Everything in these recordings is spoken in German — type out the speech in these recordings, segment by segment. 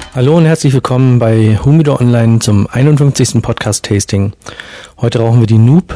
Hallo und herzlich willkommen bei Humidor Online zum 51. Podcast-Tasting. Heute rauchen wir die Noob.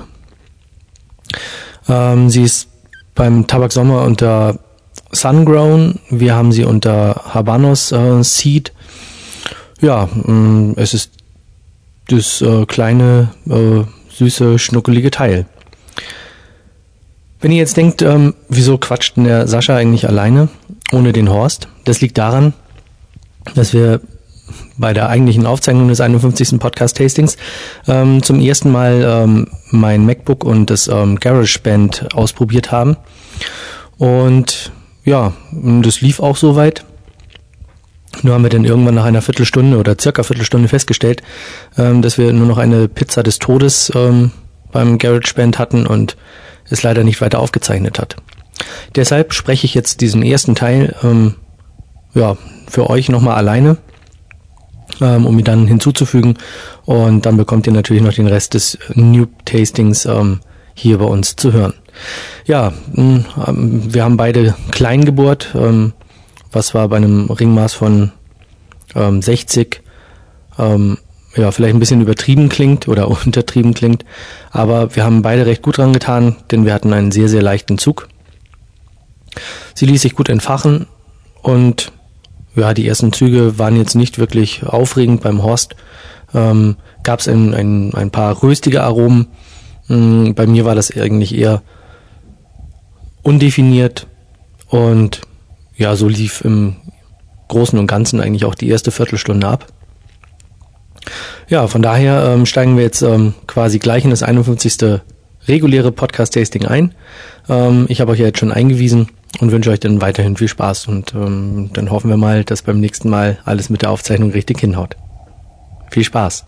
Sie ist beim Tabak Sommer unter Sungrown. Wir haben sie unter Habanos Seed. Ja, es ist das kleine, süße, schnuckelige Teil. Wenn ihr jetzt denkt, wieso quatscht denn der Sascha eigentlich alleine, ohne den Horst? Das liegt daran, dass wir bei der eigentlichen Aufzeichnung des 51. Podcast-Tastings zum ersten Mal mein MacBook und das GarageBand ausprobiert haben. Und ja, das lief auch soweit. Nur haben wir dann irgendwann nach einer Viertelstunde oder circa Viertelstunde festgestellt, dass wir nur noch eine Pizza des Todes beim GarageBand hatten und es leider nicht weiter aufgezeichnet hat. Deshalb spreche ich jetzt diesen ersten Teil für euch nochmal alleine, um ihn dann hinzuzufügen, und dann bekommt ihr natürlich noch den Rest des Noob-Tastings hier bei uns zu hören. Ja, wir haben beide klein gebohrt, was war bei einem Ringmaß von 60, vielleicht ein bisschen übertrieben klingt oder untertrieben klingt, aber wir haben beide recht gut dran getan, denn wir hatten einen sehr, sehr leichten Zug. Sie ließ sich gut entfachen und ja, die ersten Züge waren jetzt nicht wirklich aufregend. Beim Horst gab es ein paar röstige Aromen. Bei mir war das eigentlich eher undefiniert und ja, so lief im Großen und Ganzen eigentlich auch die erste Viertelstunde ab. Ja, von daher steigen wir jetzt quasi gleich in das 51. reguläre Podcast-Tasting ein. Ich habe euch ja jetzt schon eingewiesen und wünsche euch dann weiterhin viel Spaß und dann hoffen wir mal, dass beim nächsten Mal alles mit der Aufzeichnung richtig hinhaut. Viel Spaß!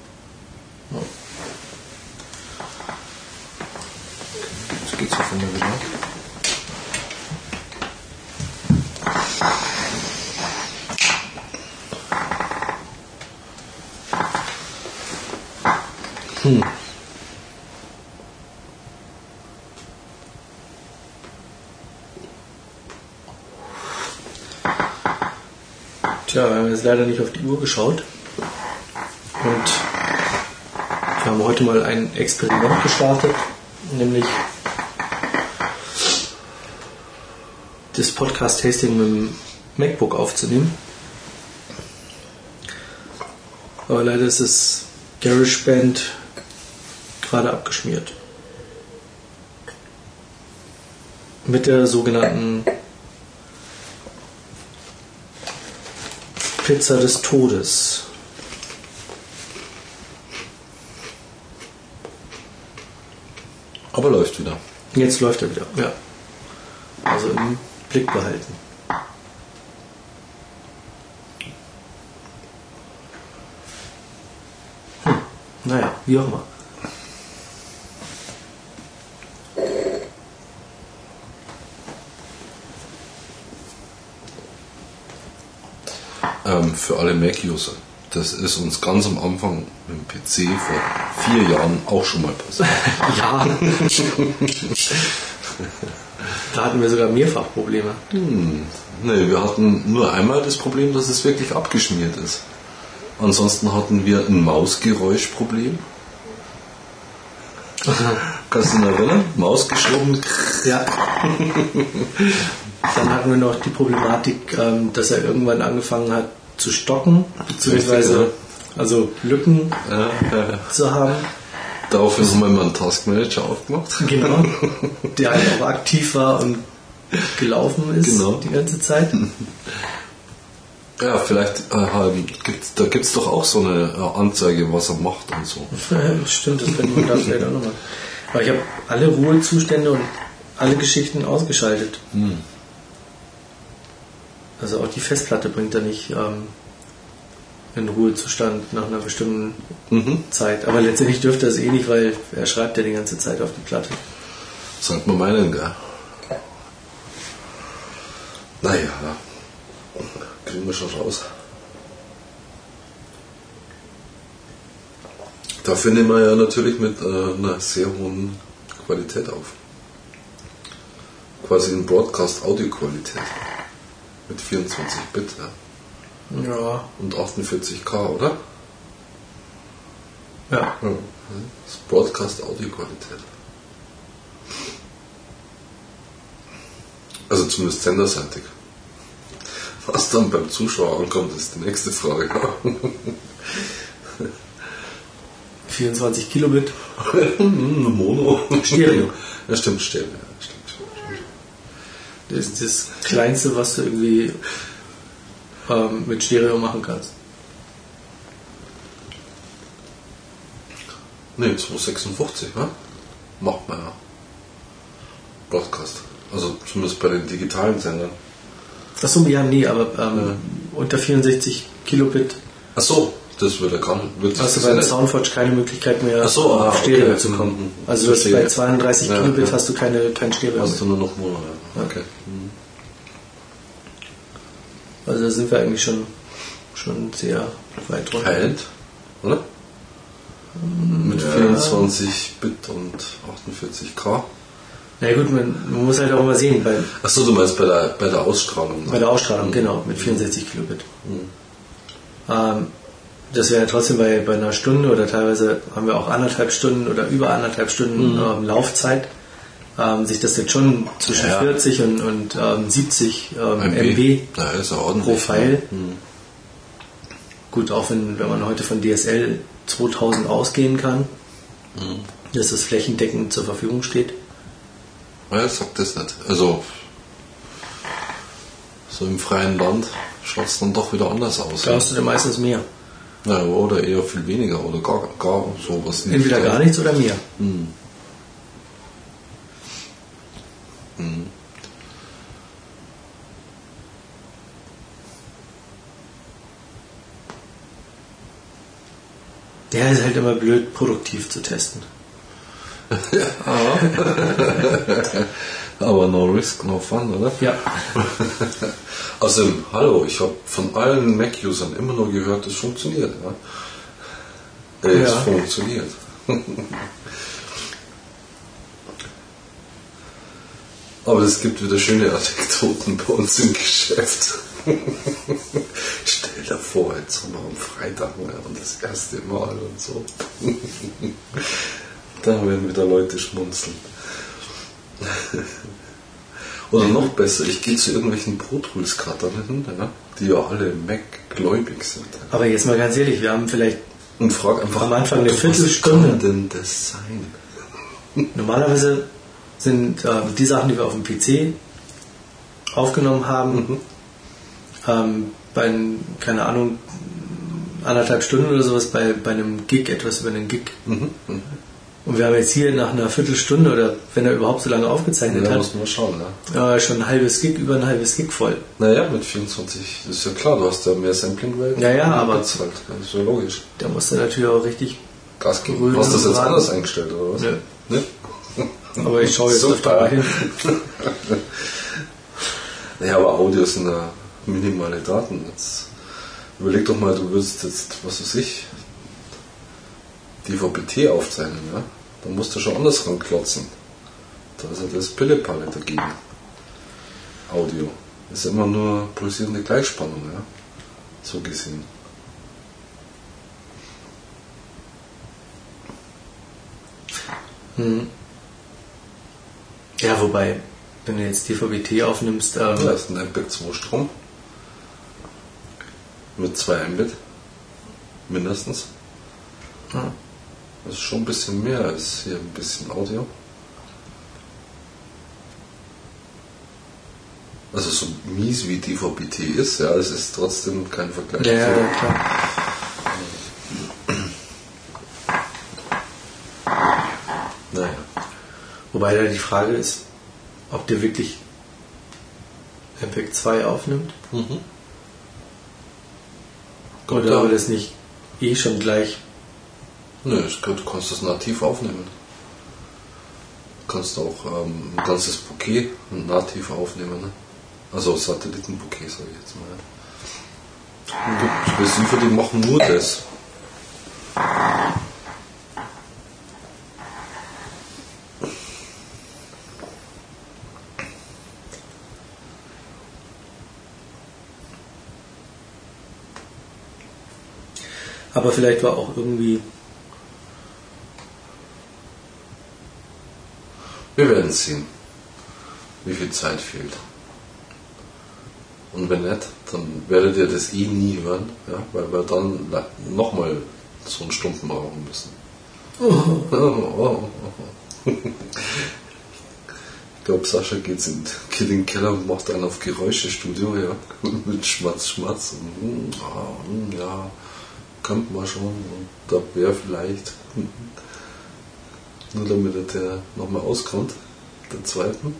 Das geht so von der Seite. Tja, wir haben jetzt leider nicht auf die Uhr geschaut und wir haben heute mal ein Experiment gestartet, nämlich das Podcast-Tasting mit dem MacBook aufzunehmen. Aber leider ist das GarageBand gerade abgeschmiert. Mit der sogenannten Pizza des Todes. Aber läuft wieder. Jetzt läuft er wieder, ja. Also im Blick behalten. Naja, wie auch immer. Für alle Mac-User. Das ist uns ganz am Anfang mit dem PC vor 4 Jahren auch schon mal passiert. Ja. Da hatten wir sogar mehrfach Probleme. Nee, wir hatten nur einmal das Problem, dass es wirklich abgeschmiert ist. Ansonsten hatten wir ein Mausgeräuschproblem. Kannst du dich erinnern? Maus geschoben. Ja. Dann hatten wir noch die Problematik, dass er irgendwann angefangen hat zu stocken, beziehungsweise also Lücken zu haben. Daraufhin haben wir mal einen Taskmanager aufgemacht. Genau. Der halt auch aktiv war und gelaufen ist die ganze Zeit. Ja, vielleicht gibt es doch auch so eine Anzeige, was er macht und so. Stimmt, das könnte man da vielleicht auch nochmal. Aber ich habe alle Ruhezustände und alle Geschichten ausgeschaltet. Also auch die Festplatte bringt er nicht in Ruhezustand nach einer bestimmten Zeit. Aber letztendlich dürfte er es eh nicht, weil er schreibt ja die ganze Zeit auf die Platte. Sollte man meinen, gell? Naja, kriegen wir schon raus. Dafür nehmen wir ja natürlich mit einer sehr hohen Qualität auf. Quasi in Broadcast-Audio-Qualität. Mit 24 Bit. Ja. Ja. Und 48K, oder? Ja. Das ist Broadcast-Audioqualität. Also zumindest senderseitig. Was dann beim Zuschauer ankommt, ist die nächste Frage. 24 Kilobit. Mono. Stereo. Ja, stimmt, Stereo. Stimmt. Das ist das Kleinste, was du irgendwie mit Stereo machen kannst. Ne, 256, ne? Macht man ja. Broadcast. Also zumindest bei den digitalen Sendern. Achso, ja, nee, aber unter 64 Kilobit Ach so, das würde hast du bei Soundforge keine Möglichkeit mehr auf Stereo okay. zu kommen. Mhm. Also das bei 32 Kilobit hast du kein Stereo Hast du mehr. nur noch Mono, ja. Okay. Mhm. Also da sind wir eigentlich schon sehr weit drunter. High-End, oder? Mit 24 Bit und 48K. Na ja, gut, man muss halt auch immer sehen, weil Achso, du meinst bei der Ausstrahlung. Ne? bei der Ausstrahlung, genau, mit 64 Kilobit. Das wäre ja trotzdem bei einer Stunde oder teilweise haben wir auch 1,5 Stunden oder über 1,5 Stunden Laufzeit, sich das jetzt schon zwischen 40 und 70 MB Ja, ist ja ordentlich. pro File. Gut, auch wenn man heute von DSL 2000 ausgehen kann, dass das flächendeckend zur Verfügung steht. Ja, sagt das nicht. Also, so im freien Land schaut es dann doch wieder anders aus. Da hast du dann meistens mehr. Ja, oder eher viel weniger oder gar sowas nicht. Entweder gar nichts oder mehr. Der ist halt immer blöd, produktiv zu testen. Aber no risk, no fun, oder? Ja. Also, hallo, ich habe von allen Mac-Usern immer nur gehört, es funktioniert. Ja? Es funktioniert. Aber es gibt wieder schöne Anekdoten bei uns im Geschäft. Stell dir vor, jetzt haben wir am Freitag und das erste Mal und so. Da werden wieder Leute schmunzeln. Oder noch besser, ich gehe zu irgendwelchen Pro Tools Cuttern hin, ja, die ja alle Mac-gläubig sind. Aber jetzt mal ganz ehrlich, wir haben vielleicht und frag einfach am Anfang eine was Viertelstunde. kann denn das sein? Normalerweise sind die Sachen, die wir auf dem PC aufgenommen haben, bei, keine Ahnung, 1,5 Stunden oder sowas, bei einem Gig, etwas über einen Gig. Und wir haben jetzt hier nach einer Viertelstunde oder wenn er überhaupt so lange aufgezeichnet hat, muss man schauen, schon ein halbes Gig, über ein halbes Gig voll. Naja, mit 24, das ist ja klar, du hast ja mehr Sampling-Welt. Ja, aber das halt, das ist ja logisch. Da musst du natürlich auch richtig Gas geben. Hast du das jetzt anders eingestellt, oder was? Nö. Ne? Aber ich schaue jetzt öfter mal hin. Ja, aber Audio sind ja minimale Daten. Jetzt überleg doch mal, du würdest jetzt, was weiß ich, die VPT aufzeichnen, ja? Dann musst du schon anders ranklotzen. Da ist ja das Pillepalle dagegen. Audio. Das ist immer nur pulsierende Gleichspannung, ja? So gesehen. Ja, wobei, wenn du jetzt DVB-T aufnimmst... Da ist ein MPEG 2 Strom. Mit 2 Mbit. Mindestens. Das ist schon ein bisschen mehr als hier ein bisschen Audio. Also so mies wie DVB-T ist, ja, es ist trotzdem kein Vergleich. Ja, klar. Naja. Wobei da die Frage ist, ob der wirklich MPEG 2 aufnimmt. Oder ob das nicht schon gleich... Nö, du kannst das nativ aufnehmen. Du kannst auch ein ganzes Bouquet nativ aufnehmen. Ne? Also Satellitenbouquet, sage ich jetzt mal. Gibt Receiver, die machen nur das. Aber vielleicht war auch irgendwie... Wir werden sehen, wie viel Zeit fehlt. Und wenn nicht, dann werdet ihr das eh nie hören, ja, weil wir dann nochmal so einen Stunden brauchen müssen. Ich glaube, Sascha geht in den Keller und macht einen auf Geräuschestudio, ja, mit Schmatz, Schmatz. Und, ja, könnte man schon. Und da wäre vielleicht, nur damit der nochmal auskommt, der zweiten.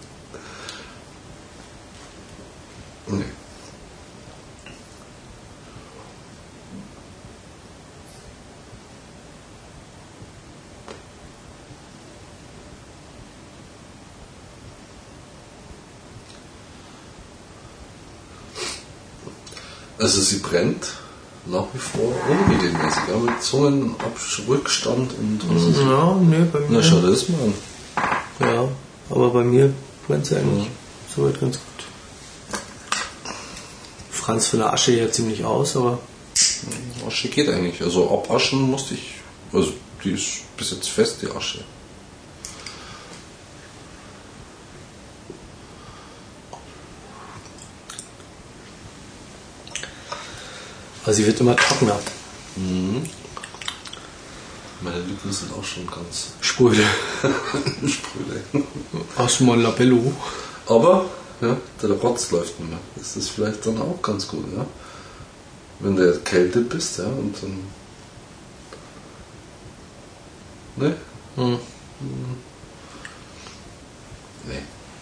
Nee. Also sie brennt nach wie vor unregelmäßig, ja, mit Zungenrückstand und was ist das? Ja, nee, bei mir. Na schau dir das mal an. Ja, aber bei mir brennt sie eigentlich soweit ganz gut. Franz von der Asche ja ziemlich aus, aber... Asche geht eigentlich. Also abaschen musste ich, also die ist bis jetzt fest, die Asche. Aber sie wird immer trockener. Mhm. Meine Lippen sind auch schon ganz Spröde. spröde. Hast du mal ein Labello? Aber ja, der Rotz läuft nicht mehr. Das ist vielleicht dann auch ganz gut, ja. Wenn du erkältet bist, ja, und dann. Ne? Hm. Nee.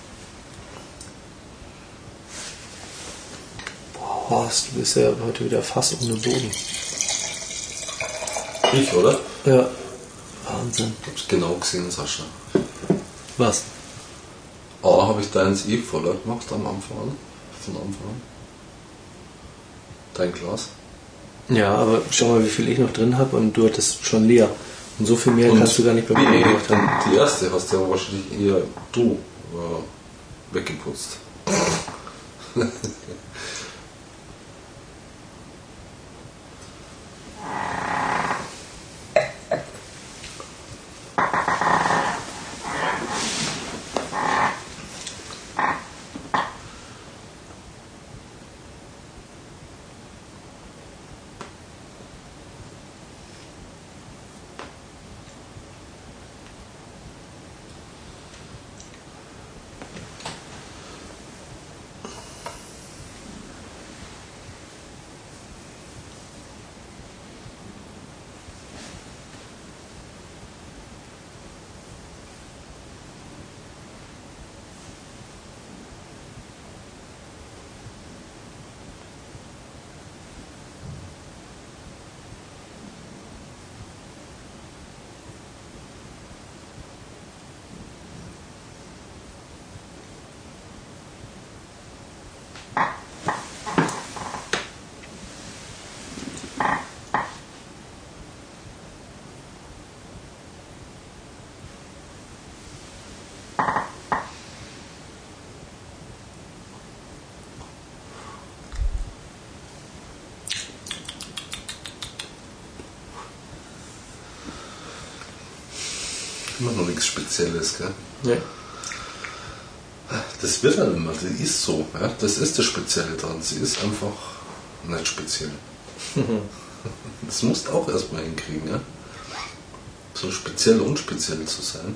Boah, du bist ja heute wieder fast ohne Boden. Ich, oder? Ja. Wahnsinn. Ich hab's genau gesehen, Sascha. Was? A, habe ich deins voller gemacht am Anfang. Von Anfang an. Dein Glas. Ja, aber schau mal, wie viel ich noch drin habe und du hattest schon leer. Und so viel mehr Und kannst du gar nicht bei mir gemacht haben. Die erste hast du ja wahrscheinlich eher du weggeputzt. Immer noch nichts Spezielles, gell? Ja. Das wird dann immer, die ist so, ja? Das ist das Spezielle dran. Sie ist einfach nicht speziell. Das musst du auch erstmal hinkriegen, ja? So speziell unspeziell zu sein.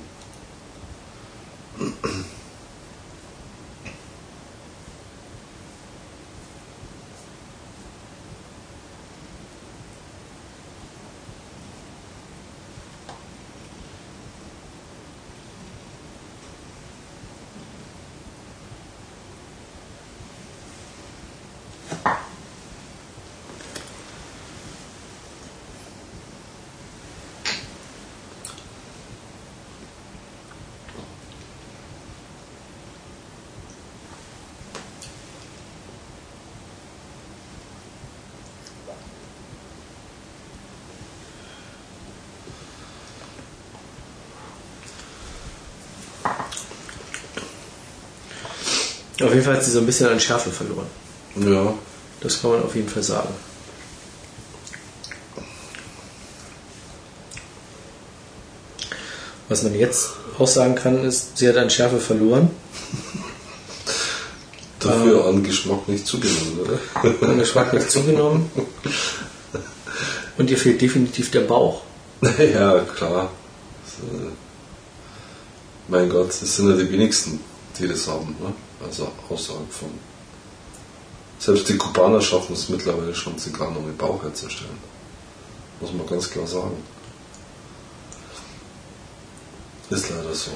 Auf jeden Fall hat sie so ein bisschen an Schärfe verloren. Ja. Das kann man auf jeden Fall sagen. Was man jetzt auch sagen kann, ist, sie hat an Schärfe verloren. Dafür an Geschmack nicht zugenommen, oder? An Geschmack nicht zugenommen. Und ihr fehlt definitiv der Bauch. Ja, klar. Mein Gott, das sind ja die wenigsten, die das haben. Ne? Also außerhalb von. Selbst die Kubaner schaffen es mittlerweile schon, Zigarren ohne Bauch herzustellen. Muss man ganz klar sagen. Ist leider so.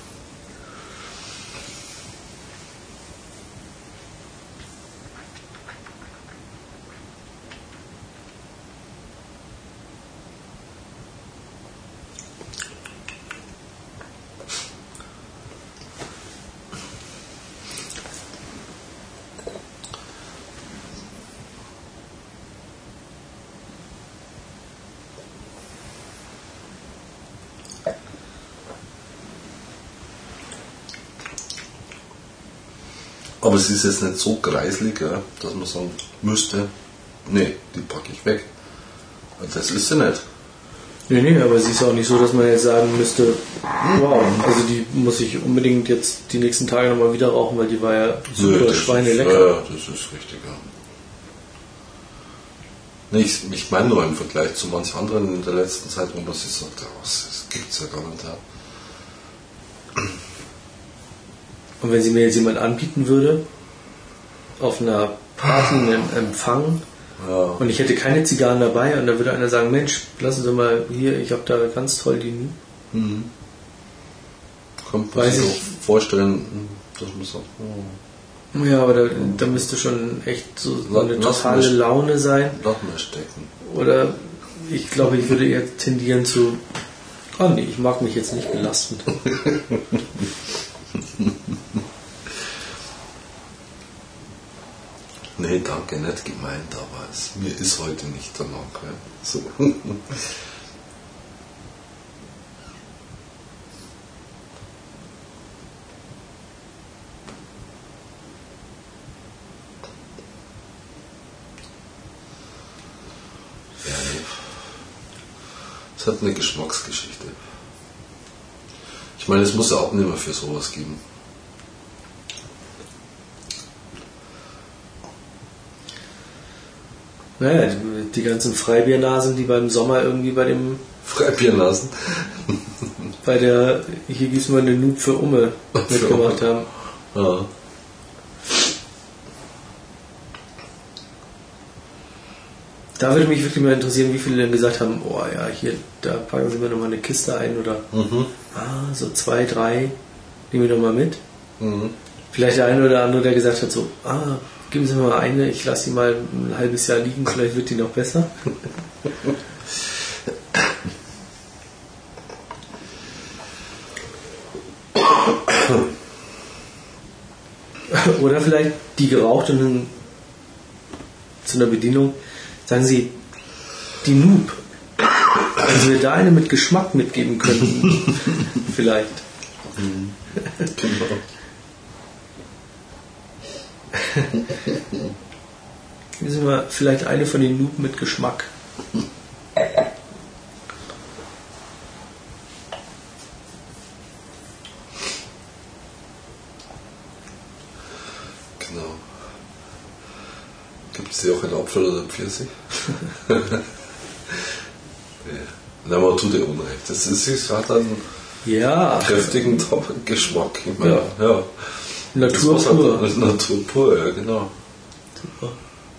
Aber es ist jetzt nicht so kreislig, ja, dass man sagen müsste, nee, die packe ich weg. Das ist sie nicht. Nee, aber sie ist auch nicht so, dass man jetzt sagen müsste, wow, also die muss ich unbedingt jetzt die nächsten Tage nochmal wieder rauchen, weil die war ja super schweinelecker. Ja, das ist richtig, ja. Nee, ich meine nur im Vergleich zu manch anderen in der letzten Zeit, wo man sich sagt, das gibt's ja gar nicht. Ja. Und wenn sie mir jetzt jemand anbieten würde, auf einer Party, einem Empfang, ja, und ich hätte keine Zigarren dabei und da würde einer sagen, Mensch, lassen Sie mal hier, ich habe da ganz toll die... Mhm. Kommt man sich so vorstellen, dass man sagt, oh. Ja, aber da müsste schon echt so eine totale Laune sein. Lass mal stecken. Oder ich glaube, ich würde eher tendieren zu, oh nee, ich mag mich jetzt nicht belasten. Nee, danke, nicht gemeint, aber mir ist heute nicht danach. Ja. So. Es hat eine Geschmacksgeschichte. Ich meine, es muss ja auch nicht mehr für sowas geben. Naja, die ganzen Freibiernasen, die beim Sommer irgendwie bei dem... Freibiernasen? Bei der Hier gibt's mal eine Noob für Umme mitgemacht haben. Ja. Da würde mich wirklich mal interessieren, wie viele dann gesagt haben, oh ja, hier, da packen Sie mir nochmal eine Kiste ein oder so 2, 3, nehmen wir doch mal mit. Mhm. Vielleicht der eine oder andere, der gesagt hat so, geben Sie mir mal eine, ich lasse die mal ein halbes Jahr liegen, vielleicht wird die noch besser. Oder vielleicht die geraucht und dann zu einer Bedienung sagen Sie, die Noob, wenn Sie mir da eine mit Geschmack mitgeben könnten, vielleicht. Genau. Geben Sie mal vielleicht eine von den Noob mit Geschmack. Genau. Gibt es die auch in Apfel oder Pfirsich? Ja. Man tut ihr Unrecht. Das hat einen kräftigen Geschmack. Ich meine, ja. Natur pur. Das ist Natur pur, ja, genau. Super.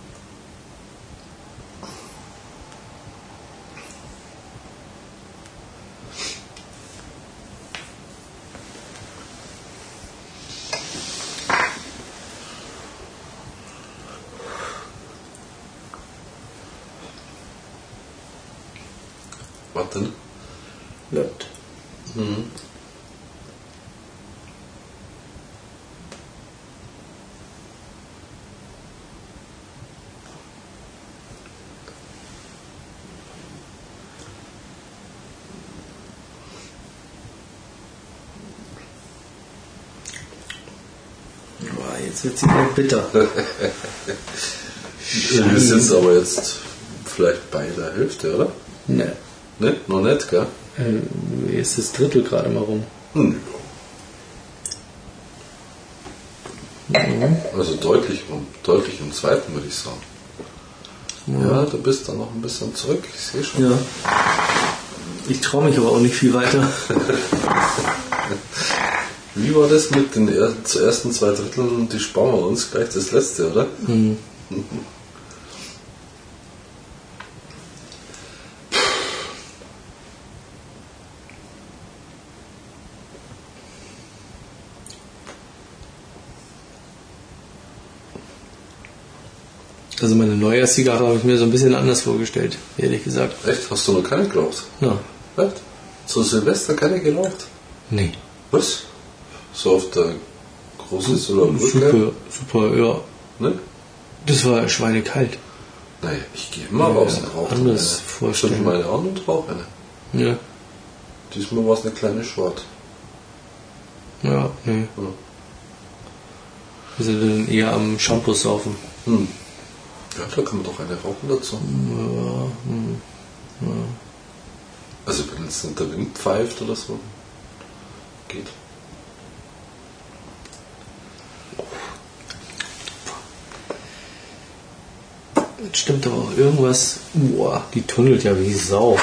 Was denn? Bleibt. Mhm. Jetzt wird sie wieder bitter. Wir sind aber jetzt vielleicht bei der Hälfte, oder? Ne. Ne? Noch nicht, gell? Ist das Drittel gerade mal rum. Also deutlich im zweiten, würde ich sagen. Ja, du bist da noch ein bisschen zurück, ich sehe schon. Ja. Ich traue mich aber auch nicht viel weiter. Wie war das mit den ersten 2 Dritteln? Die sparen wir uns gleich das letzte, oder? Mhm. Also meine Neujahrszigarre habe ich mir so ein bisschen anders vorgestellt, ehrlich gesagt. Echt? Hast du noch keine geraucht? Ja. Echt? Zu Silvester keine geraucht? Nee. Was? So auf der Großes oder Super, ja. Ne? Das war schweinekalt. Naja, ich gehe immer raus und rauche anders eine. Vorstellen. Zünd meine an und rauche eine. Ja. Diesmal war es eine kleine Schwart. Ja, nee. Ja. Wir sind dann eher am Shampoo saufen. Ja, da kann man doch eine rauchen dazu. Ja. Also wenn es nicht der Wind pfeift oder so, geht. Jetzt stimmt aber auch irgendwas. Die tunnelt ja wie Sau.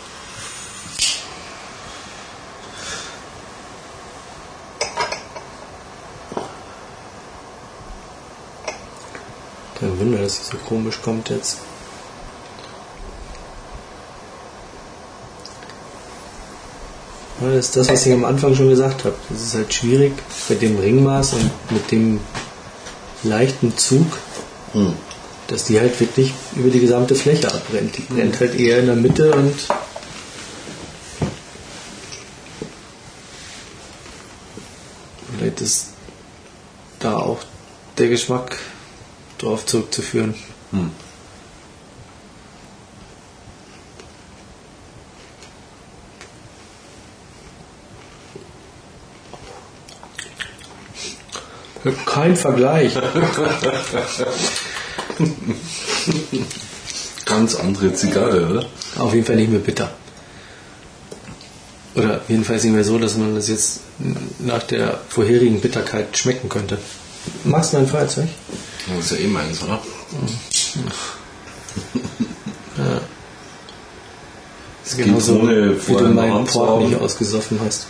Kein Wunder, dass es so komisch kommt jetzt. Ja, das ist das, was ich am Anfang schon gesagt habe. Das ist halt schwierig bei dem Ringmaß und mit dem leichten Zug, dass die halt wirklich über die gesamte Fläche abbrennt. Die brennt halt eher in der Mitte und vielleicht ist da auch der Geschmack drauf zurückzuführen. Kein Vergleich. Ganz andere Zigarre, oder? Auf jeden Fall nicht mehr bitter. Oder jedenfalls nicht mehr so, dass man das jetzt nach der vorherigen Bitterkeit schmecken könnte. Magst du ein Feuerzeug? Das ist ja eh meins, oder? Ja. Das ist genauso, ohne wie du meinen Port nicht ausgesoffen hast.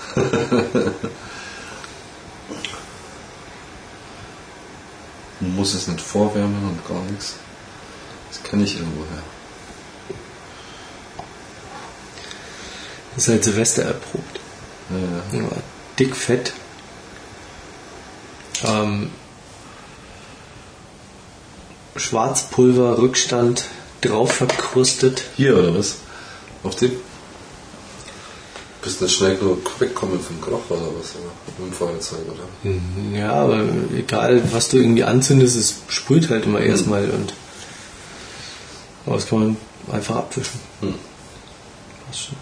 Man muss es nicht vorwärmen und gar nichts. Das kenne ich irgendwoher. Das ist halt Silvester erprobt. Ja. Ja, dick, fett. Schwarzpulver, Rückstand, drauf verkrustet. Hier, oder was? Auf dem? Bist nicht schnell genug wegkommen vom Koch oder was? Oder mit dem Feuerzeug, oder? Ja, aber egal, was du irgendwie anzündest, es sprüht halt immer erstmal und aber das kann man einfach abwischen. Passt schon.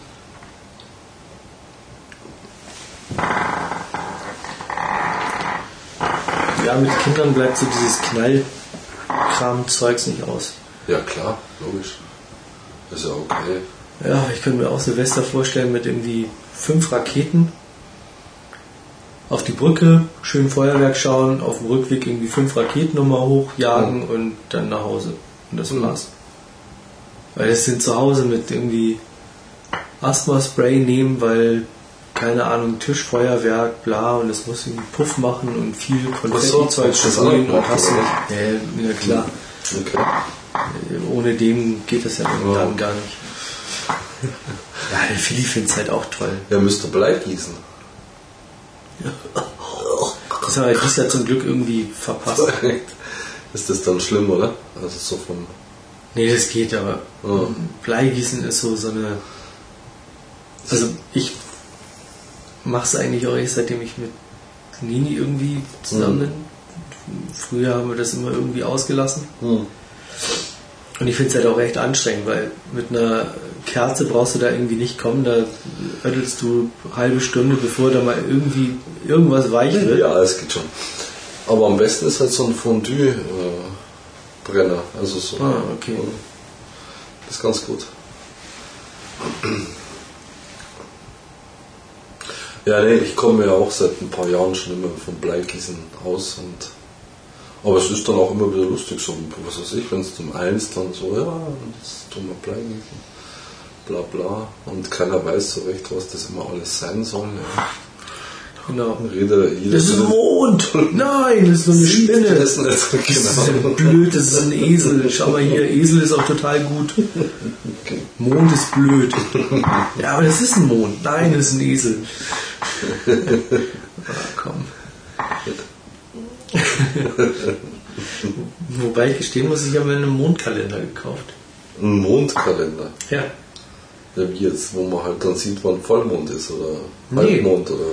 Ja, mit Kindern bleibt so dieses Knallkram-Zeugs nicht aus. Ja, klar, logisch. Ist ja okay. Ja, ich könnte mir auch Silvester vorstellen mit irgendwie 5 Raketen auf die Brücke, schön Feuerwerk schauen, auf dem Rückweg irgendwie 5 Raketen nochmal hochjagen und dann nach Hause. Und das war's. Weil es sind zu Hause mit irgendwie Asthma-Spray nehmen, weil, keine Ahnung, Tischfeuerwerk, bla, und es muss irgendwie Puff machen und viel Konfetti-Zeug sprühen und hast du nicht. Ja, klar. Okay. Ohne dem geht das ja dann gar nicht. Ja, der Philly findet es halt auch toll. Ja, müsste Blei gießen. Das haben wir dieses Jahr zum Glück irgendwie verpasst. Ist das dann schlimm, oder? Also so vom... Nee, das geht, aber Bleigießen ist so eine... Also ich mache es eigentlich auch erst, seitdem ich mit Nini irgendwie zusammen bin. Früher haben wir das immer irgendwie ausgelassen. Und ich finde es halt auch echt anstrengend, weil mit einer Kerze brauchst du da irgendwie nicht kommen, da ödelst du eine halbe Stunde, bevor da mal irgendwie irgendwas weich wird. Ja, es geht schon. Aber am besten ist halt so ein Fondue-Brenner. Also so. Okay. Das ist ganz gut. Ja, nee, ich komme ja auch seit ein paar Jahren schon immer vom Bleigießen aus. Aber es ist dann auch immer wieder lustig, so, was weiß ich, wenn es zum Eins dann so, ja, das tun wir Bleigießen, bla bla. Und keiner weiß so recht, was das immer alles sein soll. Ja. Genau. Jeder das ist ein Mond! Nein, das ist so eine Spinne. Das ist ein blöd, das ist ein Esel. Schau mal hier, Esel ist auch total gut. Mond ist blöd. Ja, aber das ist ein Mond. Nein, das ist ein Esel. Komm. Wobei ich gestehen muss, ich habe mir einen Mondkalender gekauft. Ein Mondkalender? Ja. Ja, wie jetzt, wo man halt dann sieht, wann Vollmond ist oder Halbmond oder...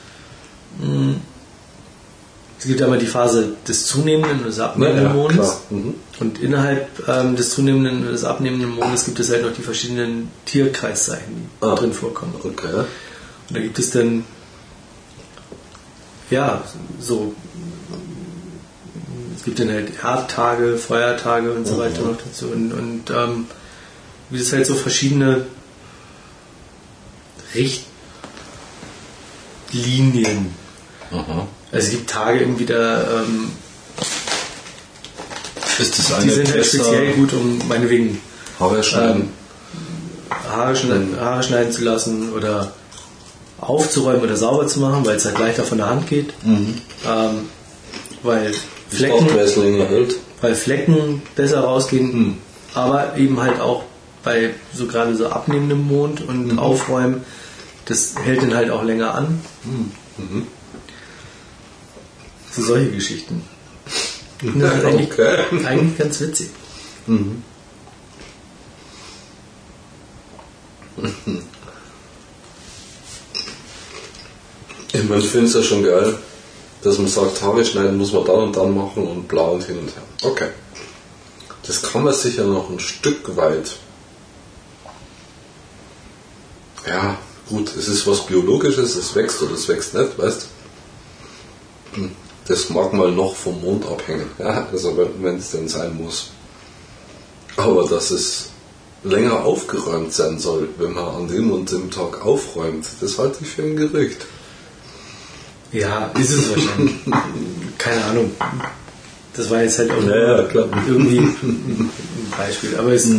Es gibt einmal die Phase des zunehmenden und des abnehmenden Mondes. Und innerhalb des zunehmenden und des abnehmenden Mondes gibt es halt noch die verschiedenen Tierkreiszeichen, die drin vorkommen. Okay. Und da gibt es dann so, es gibt dann halt Erdtage, Feuertage und so weiter noch dazu. Und wie es halt so verschiedene Richtlinien. Also es gibt Tage irgendwie da, ist das die sind halt speziell gut, um meinetwegen Haare schneiden zu lassen aufzuräumen oder sauber zu machen, weil es halt leichter von der Hand geht. Weil Flecken besser rausgehen, aber eben halt auch bei so gerade so abnehmendem Mond und Aufräumen, das hält dann halt auch länger an. So solche Geschichten. Das ist eigentlich ganz witzig. Ich meine, ich finde es ja schon geil, dass man sagt, Haare schneiden muss man dann und dann machen und bla und hin und her. Okay. Das kann man sicher noch ein Stück weit. Ja, gut, es ist was Biologisches, es wächst oder es wächst nicht, weißt du? Das mag mal noch vom Mond abhängen, ja, also wenn es denn sein muss. Aber dass es länger aufgeräumt sein soll, wenn man an dem und dem Tag aufräumt, das halte ich für ein Gerücht. Ja, ist es wahrscheinlich. Keine Ahnung. Das war jetzt halt auch klar. Irgendwie ein Beispiel. Aber es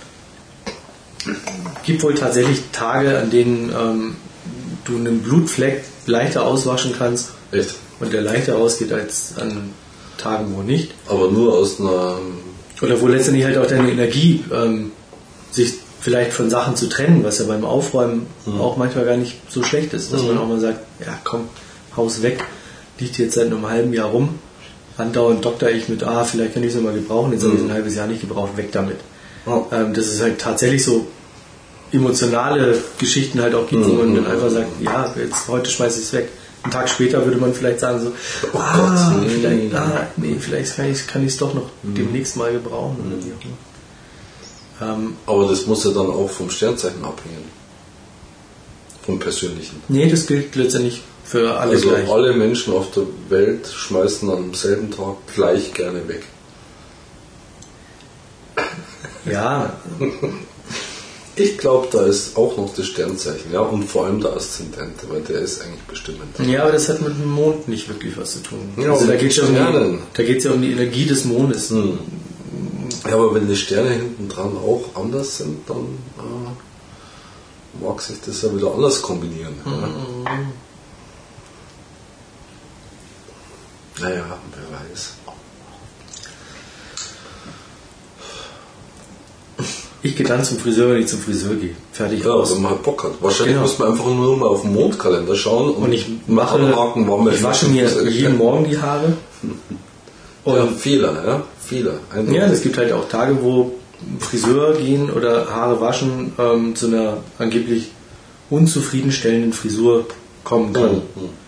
gibt wohl tatsächlich Tage, an denen du einen Blutfleck leichter auswaschen kannst. Echt? Und der leichter rausgeht als an Tagen, wo nicht. Aber nur aus einer... Oder wo letztendlich halt auch deine Energie, sich vielleicht von Sachen zu trennen, was ja beim Aufräumen auch manchmal gar nicht so schlecht ist. Dass man auch mal sagt, ja komm, Haus weg, liegt jetzt seit einem halben Jahr rum. Andauernd dokter ich mit, vielleicht kann ich es noch mal gebrauchen, jetzt habe ich es ein halbes Jahr nicht gebraucht, weg damit. Dass es halt tatsächlich so emotionale Geschichten halt auch gibt, wo man dann einfach sagt, ja, jetzt heute schmeiße ich es weg. Einen Tag später würde man vielleicht sagen so, vielleicht kann ich es doch noch demnächst mal gebrauchen. Oder wie auch immer. Aber das muss ja dann auch vom Sternzeichen abhängen. Vom Persönlichen. Nee, das gilt letztendlich für alle also gleich. Alle Menschen auf der Welt schmeißen am selben Tag gleich gerne weg. Ja. Ich glaube, da ist auch noch das Sternzeichen, ja, und vor allem der Aszendent, weil der ist eigentlich bestimmend. Ja, aber das hat mit dem Mond nicht wirklich was zu tun. Ja, also da geht es ja um die Energie des Mondes. Ja, aber wenn die Sterne hinten dran auch anders sind, dann mag sich das ja wieder anders kombinieren. Ja. Naja, wer weiß. Ich gehe dann zum Friseur, wenn ich zum Friseur gehe. Fertig aus. Wenn man halt Bock hat. Wahrscheinlich muss man einfach nur mal auf den Mondkalender schauen und ich wasche mir jeden Morgen die Haare. Und Fehler. Ja, es gibt halt auch Tage, wo Friseur gehen oder Haare waschen zu einer angeblich unzufriedenstellenden Frisur kommen kann.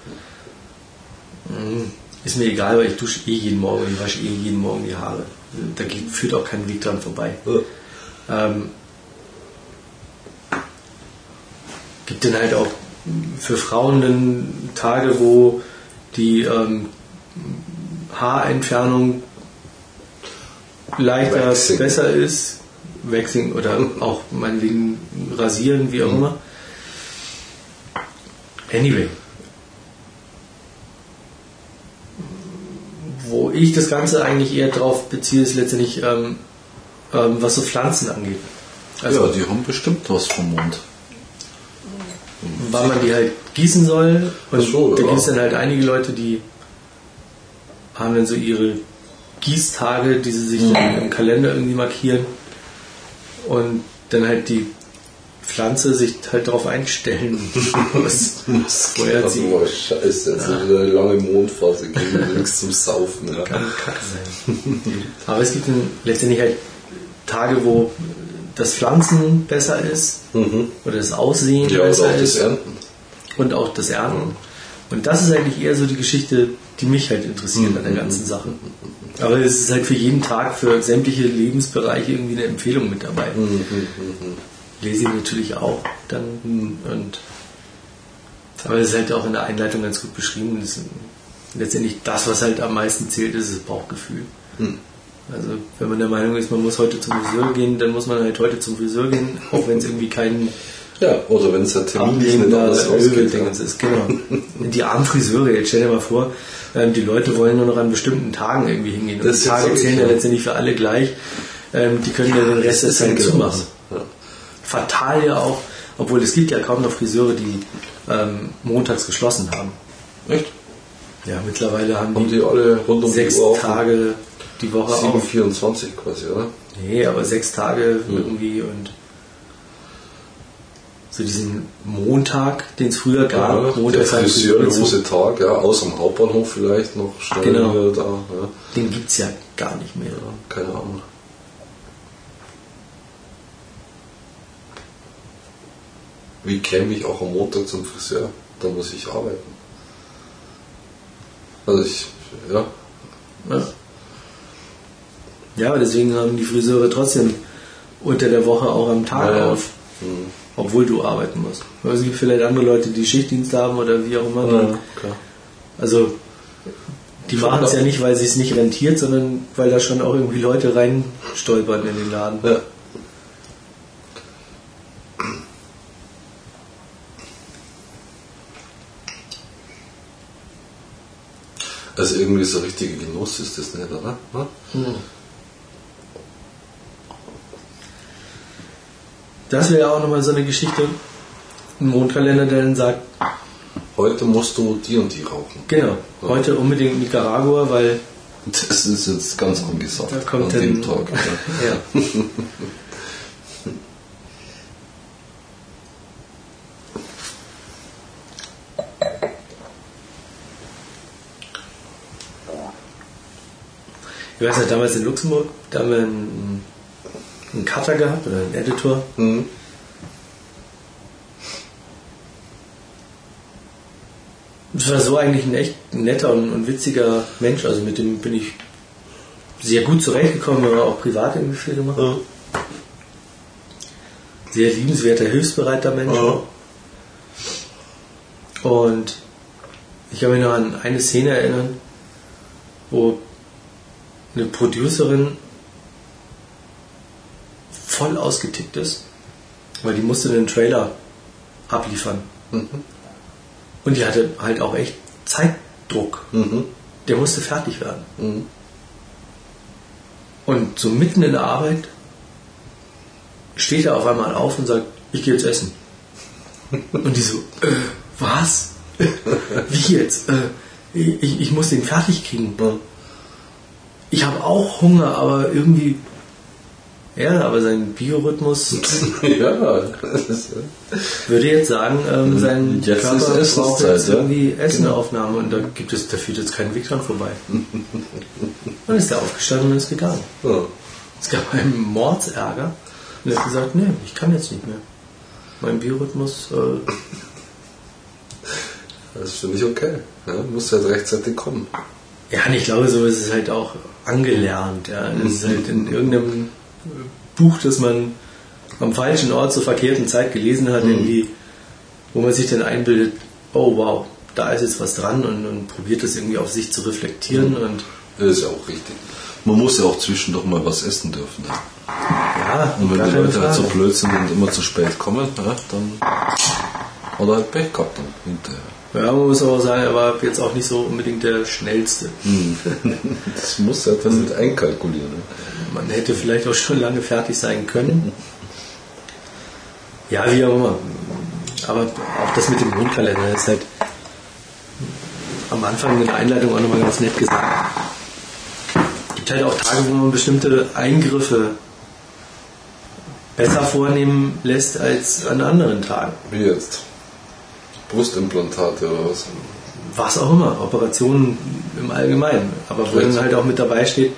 Ist mir egal, weil ich dusche jeden Morgen und ich wasche jeden Morgen die Haare. Da führt auch kein Weg dran vorbei. Gibt dann halt auch für Frauen dann Tage, wo die Haarentfernung leichter besser ist. Waxing oder auch meinetwegen rasieren, wie auch immer. Anyway. Wo ich das Ganze eigentlich eher drauf beziehe, ist letztendlich, was so Pflanzen angeht. Also, ja, die haben bestimmt was vom Mond. Weil man die halt gießen soll. Und so, da ja. gibt es dann halt einige Leute, die haben dann so ihre Gießtage, die sie sich dann im Kalender irgendwie markieren. Und dann halt die Pflanze sich halt darauf einstellen muss. Vorher Also, scheiße, jetzt ist wieder eine lange Mondphase gegen nichts zum Saufen. Ja. Kann kacke sein. Aber es gibt dann letztendlich halt Tage, wo das Pflanzen besser ist oder das Aussehen besser ist. Das Ernten. Und auch das Ernten. Und das ist eigentlich eher so die Geschichte, die mich halt interessiert an der ganzen Sache. Aber es ist halt für jeden Tag, für sämtliche Lebensbereiche irgendwie eine Empfehlung mit dabei. Lese ich natürlich auch dann. Aber es ist halt auch in der Einleitung ganz gut beschrieben. Das ist letztendlich das, was halt am meisten zählt, ist das Bauchgefühl. Also wenn man der Meinung ist, man muss heute zum Friseur gehen, dann muss man halt heute zum Friseur gehen, auch wenn es irgendwie kein oder wenn es ein Termin nicht anders ausgeht. Ist. Genau. Die armen Friseure, jetzt stell dir mal vor, die Leute wollen nur noch an bestimmten Tagen irgendwie hingehen. Und Das die Tage zählen ja letztendlich für alle gleich. Die können ja den Rest des Tages zumachen. Ja. Fatal ja auch, obwohl es gibt ja kaum noch Friseure, die montags geschlossen haben. Echt? Ja, mittlerweile haben die alle rund um 6 die Uhr Tage die Woche auf. 7/24 quasi, oder? Nee, aber 6 Tage irgendwie und so diesen Montag, den es früher gab. Ja, Montag der friseurlose Tag, außer dem Hauptbahnhof vielleicht noch schnell wieder da. Ja. Den gibt es ja gar nicht mehr. Ja, keine Ahnung. Wie käme ich auch am Montag zum Friseur? Da muss ich arbeiten. Also Ja, aber deswegen haben die Friseure trotzdem unter der Woche auch am Tag auf. Obwohl du arbeiten musst. Also es gibt vielleicht andere Leute, die Schichtdienst haben oder wie auch immer. Ja, klar. Also die machen es ja nicht, weil es nicht rentiert, sondern weil da schon auch irgendwie Leute reinstolpern in den Laden. Ja. Also irgendwie so richtiger Genuss ist das nicht, oder? Das wäre ja auch nochmal so eine Geschichte, ein Mondkalender, der dann sagt, heute musst du die und die rauchen. Genau, heute unbedingt Nicaragua, weil das ist jetzt ganz angesagt. Da kommt an dem Tag. Ja. Ich weiß nicht, damals in Luxemburg, da haben wir einen Cutter gehabt oder einen Editor. Das war so eigentlich ein echt netter und witziger Mensch, also mit dem bin ich sehr gut zurechtgekommen, aber auch privat irgendwie viel gemacht. Ja. Sehr liebenswerter, hilfsbereiter Mensch. Ja. Und ich kann mich noch an eine Szene erinnern, wo eine Producerin voll ausgetickt ist, weil die musste den Trailer abliefern. Und die hatte halt auch echt Zeitdruck. Der musste fertig werden. Und so mitten in der Arbeit steht er auf einmal auf und sagt, ich gehe jetzt essen. Und die so, was? Wie jetzt? Ich muss den fertig kriegen. Ich habe auch Hunger, aber irgendwie... Ja, aber sein Biorhythmus würde jetzt sagen, sein jetzt Körper ist braucht Essenszeit, jetzt irgendwie Essenaufnahme und da führt jetzt kein Weg dran vorbei. Dann ist er aufgestanden und ist gegangen. Ja. Es gab einen Mordsärger und er hat gesagt, nee, ich kann jetzt nicht mehr. Mein Biorhythmus... Das finde ich okay. Ja, muss halt rechtzeitig kommen. Ja, und ich glaube, so ist es halt auch angelernt. Ja. Das ist halt in irgendeinem Buch, das man am falschen Ort zur verkehrten Zeit gelesen hat, irgendwie, wo man sich dann einbildet, oh wow, da ist jetzt was dran und probiert das irgendwie auf sich zu reflektieren. Und das ist ja auch richtig. Man muss ja auch zwischendurch mal was essen dürfen. Ne? Ja, und wenn die Leute halt so blöd sind und immer zu spät kommen, ja, dann... Oder halt Pech gehabt dann hinterher. Ja, man muss aber sagen, er war jetzt auch nicht so unbedingt der Schnellste. Das muss er etwas mit einkalkulieren. Ne? Man hätte vielleicht auch schon lange fertig sein können. Ja, wie auch immer. Aber auch das mit dem Mondkalender ist halt am Anfang in der Einleitung auch nochmal ganz nett gesagt. Es gibt halt auch Tage, wo man bestimmte Eingriffe besser vornehmen lässt als an anderen Tagen. Wie jetzt? Brustimplantate oder was? Was auch immer, Operationen im Allgemeinen. Aber wo dann halt auch mit dabei steht.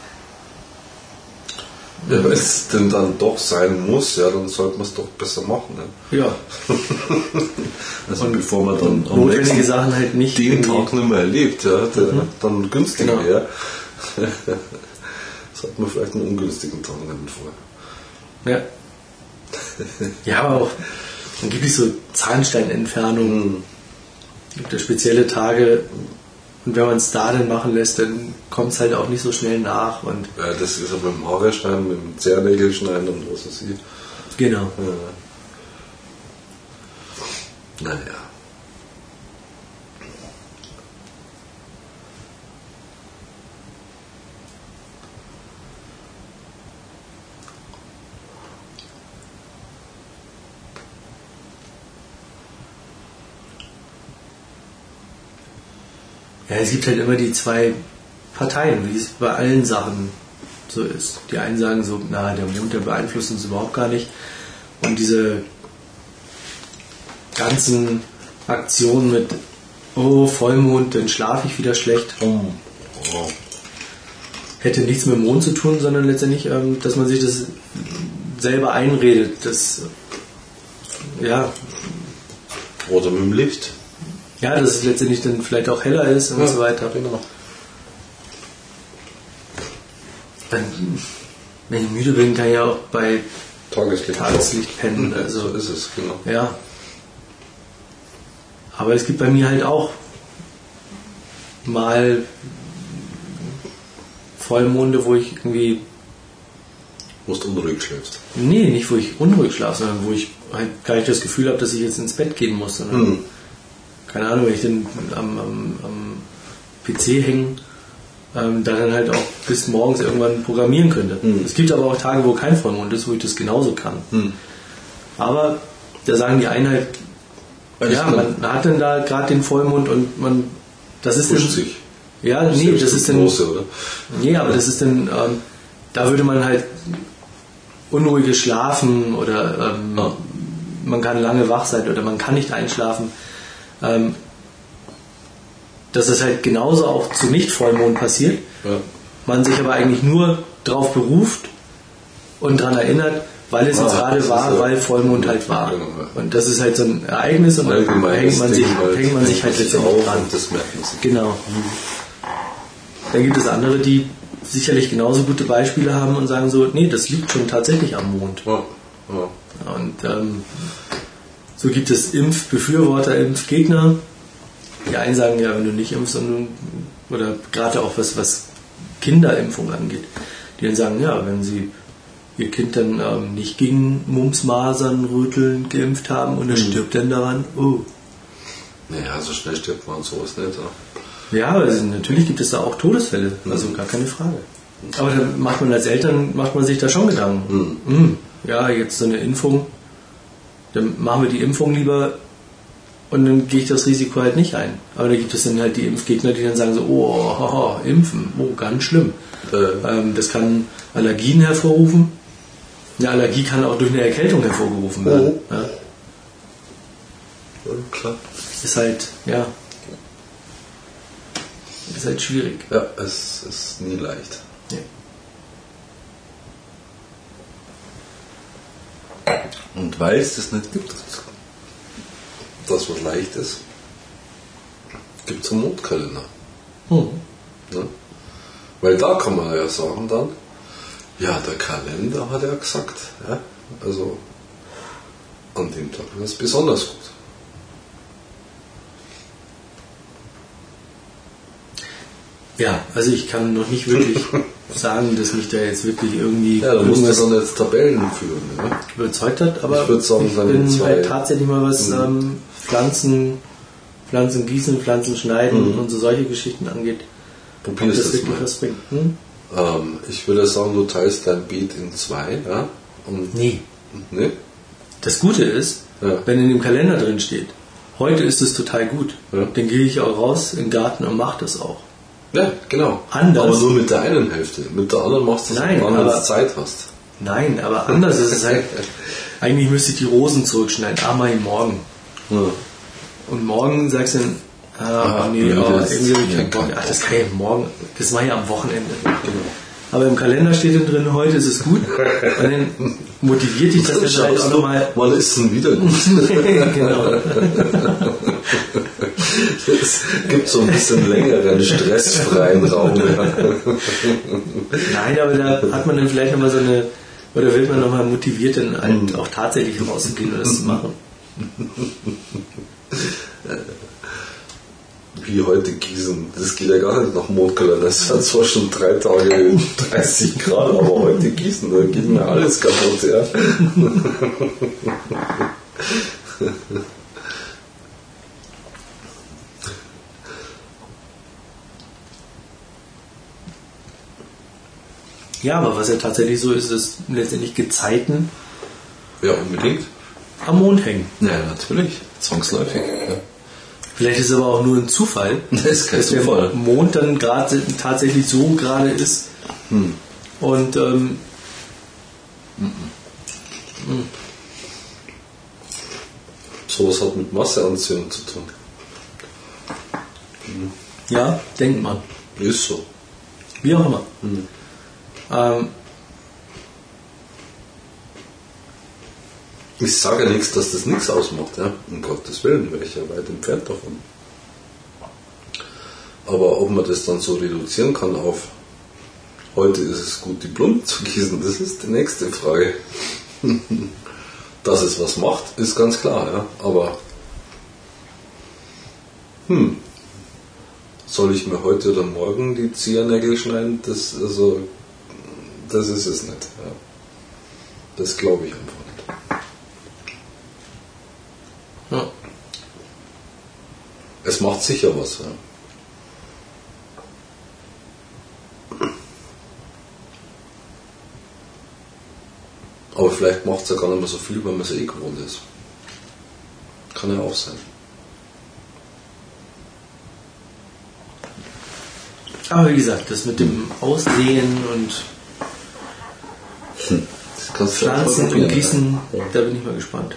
Ja, wenn es denn dann doch sein muss, ja, dann sollte man es doch besser machen. Ne? Ja. Also und bevor man dann notwendige Sachen halt nicht den Tag nicht mehr erlebt, ja, dann günstiger genau. wäre. Das hat man vielleicht einen ungünstigen Tag nehmen vorher. Ja. Ja, aber auch dann gibt es so Zahnsteinentfernungen. Gibt ja spezielle Tage. Und wenn man es da dann machen lässt, dann kommt es halt auch nicht so schnell nach. Und ja, das ist aber mit dem Haare schneiden, mit dem Zehennägel schneiden und was weiß ich. Genau. Ja. Naja. Ja, es gibt halt immer die zwei Parteien, wie es bei allen Sachen so ist. Die einen sagen so, na, der Mond, der beeinflusst uns überhaupt gar nicht. Und diese ganzen Aktionen mit, oh, Vollmond, dann schlafe ich wieder schlecht. Hätte nichts mit dem Mond zu tun, sondern letztendlich, dass man sich das selber einredet. Das, ja. Oder mit dem Licht. Ja, dass es letztendlich dann vielleicht auch heller ist und so weiter. Genau. Wenn ich müde bin, kann ich ja auch bei Tageslicht pennen. Also, so ist es, genau. Ja. Aber es gibt bei mir halt auch mal Vollmonde, wo ich irgendwie... Wo du unruhig schläfst. Nee, nicht wo ich unruhig schlafe, sondern wo ich halt gar nicht das Gefühl habe, dass ich jetzt ins Bett gehen muss. Sondern keine Ahnung, wenn ich dann am PC hänge, dann halt auch bis morgens irgendwann programmieren könnte. Es gibt aber auch Tage, wo kein Vollmond ist, wo ich das genauso kann. Aber da sagen die einen halt, ja, man hat dann da gerade den Vollmond und man, das ist dann, sich. Ja, nee, das ist dann, große, oder? Nee, aber das ist dann, da würde man halt unruhiges Schlafen oder man kann lange wach sein oder man kann nicht einschlafen. Dass es halt genauso auch zu Nicht-Vollmond passiert. Ja. Man sich aber eigentlich nur darauf beruft und daran erinnert, weil es jetzt gerade war, weil Vollmond halt war. Genau, ja. Und das ist halt so ein Ereignis und dann hängt man sich halt letztendlich dran. Das merkt man sich. Genau. Dann gibt es andere, die sicherlich genauso gute Beispiele haben und sagen so, nee, das liegt schon tatsächlich am Mond. Ja. Ja. Und so gibt es Impfbefürworter, Impfgegner. Die einen sagen ja, wenn du nicht impfst, oder gerade auch was Kinderimpfung angeht, die dann sagen, ja, wenn sie ihr Kind dann nicht gegen Mumps, Masern, Röteln geimpft haben und es stirbt dann daran, oh. Naja, so schnell stirbt man sowas nicht. Ja, also natürlich gibt es da auch Todesfälle, also gar keine Frage. Aber da macht man als Eltern, sich da schon Gedanken. Ja, jetzt so eine Impfung, dann machen wir die Impfung lieber und dann gehe ich das Risiko halt nicht ein. Aber da gibt es dann halt die Impfgegner, die dann sagen so, oh, impfen, oh, ganz schlimm. Das kann Allergien hervorrufen. Eine Allergie kann auch durch eine Erkältung hervorgerufen werden. Oh. Ja. Ja, klar. Ist halt schwierig. Ja, es ist nie leicht. Ja. Und weil es das nicht gibt, das was leicht ist, gibt es einen Mondkalender. Ja? Weil da kann man ja sagen dann, ja, der Kalender hat ja gesagt, ja, also an dem Tag ist es besonders gut. Ja, also ich kann noch nicht wirklich sagen, dass mich da jetzt wirklich irgendwie Ja, da muss man dann jetzt Tabellen führen. Ja? überzeugt hat, aber ich würde sagen, ich bin zwei. halt tatsächlich mal was Pflanzen gießen, Pflanzen schneiden und so solche Geschichten angeht. Probier's das das wirklich mal. was bringt. Ich würde sagen, du teilst dein Beet in 2. Ja? Und Nee. Nee? Das Gute ist, wenn in dem Kalender drin steht, heute ist es total gut, dann gehe ich auch raus in den Garten und mache das auch. Ja, genau. Anders. Aber nur mit der einen Hälfte. Mit der anderen machst du es, wenn du Zeit hast. Nein, aber anders ist es halt. Eigentlich müsste ich die Rosen zurückschneiden. Mach ich morgen. Ja. Und morgen sagst du dann, irgendwie habe ich keinen Bock. Das kann ich morgen, das mache ich am Wochenende. Genau. Aber im Kalender steht dann drin, heute ist es gut. Und dann motiviert dich das dann halt auch nochmal. Wann ist es denn wieder gut? Genau. Es gibt so ein bisschen längeren, stressfreien Raum. Nein, aber da hat man dann vielleicht nochmal so eine, oder wird man nochmal motiviert, dann halt auch tatsächlich rauszugehen und das zu machen. Wie heute gießen. Das geht ja gar nicht nach Mondkalender. Es hat zwar schon 3 Tage 30 Grad, aber heute gießen, da geht mir alles kaputt. Ja. Ja, aber was ja tatsächlich so ist, ist letztendlich Gezeiten Ja, unbedingt. am Mond hängen. Ja, natürlich. Zwangsläufig. Ja. Vielleicht ist es aber auch nur ein Zufall, Das ist kein dass Zufall. der Mond dann gerade tatsächlich so gerade ist. Und Sowas hat mit Masseanziehung zu tun. ja, denkt man. Ist so. Wie auch immer. Ich sage ja nichts, dass das nichts ausmacht, ja? Um Gottes Willen, wäre ich ja weit entfernt davon. Aber ob man das dann so reduzieren kann auf heute ist es gut, die Blumen zu gießen, das ist die nächste Frage. Dass es was macht, ist ganz klar, ja? Aber soll ich mir heute oder morgen die Zehennägel schneiden? Das ist es nicht. Ja? Das glaube ich einfach nicht. Ja. Es macht sicher was. Ja. Aber vielleicht macht es ja gar nicht mehr so viel, weil man es gewohnt ist. Kann ja auch sein. Aber wie gesagt, das mit dem Aussehen und Das kannst du Pflanzen probieren, und Gießen, ja. da bin ich mal gespannt.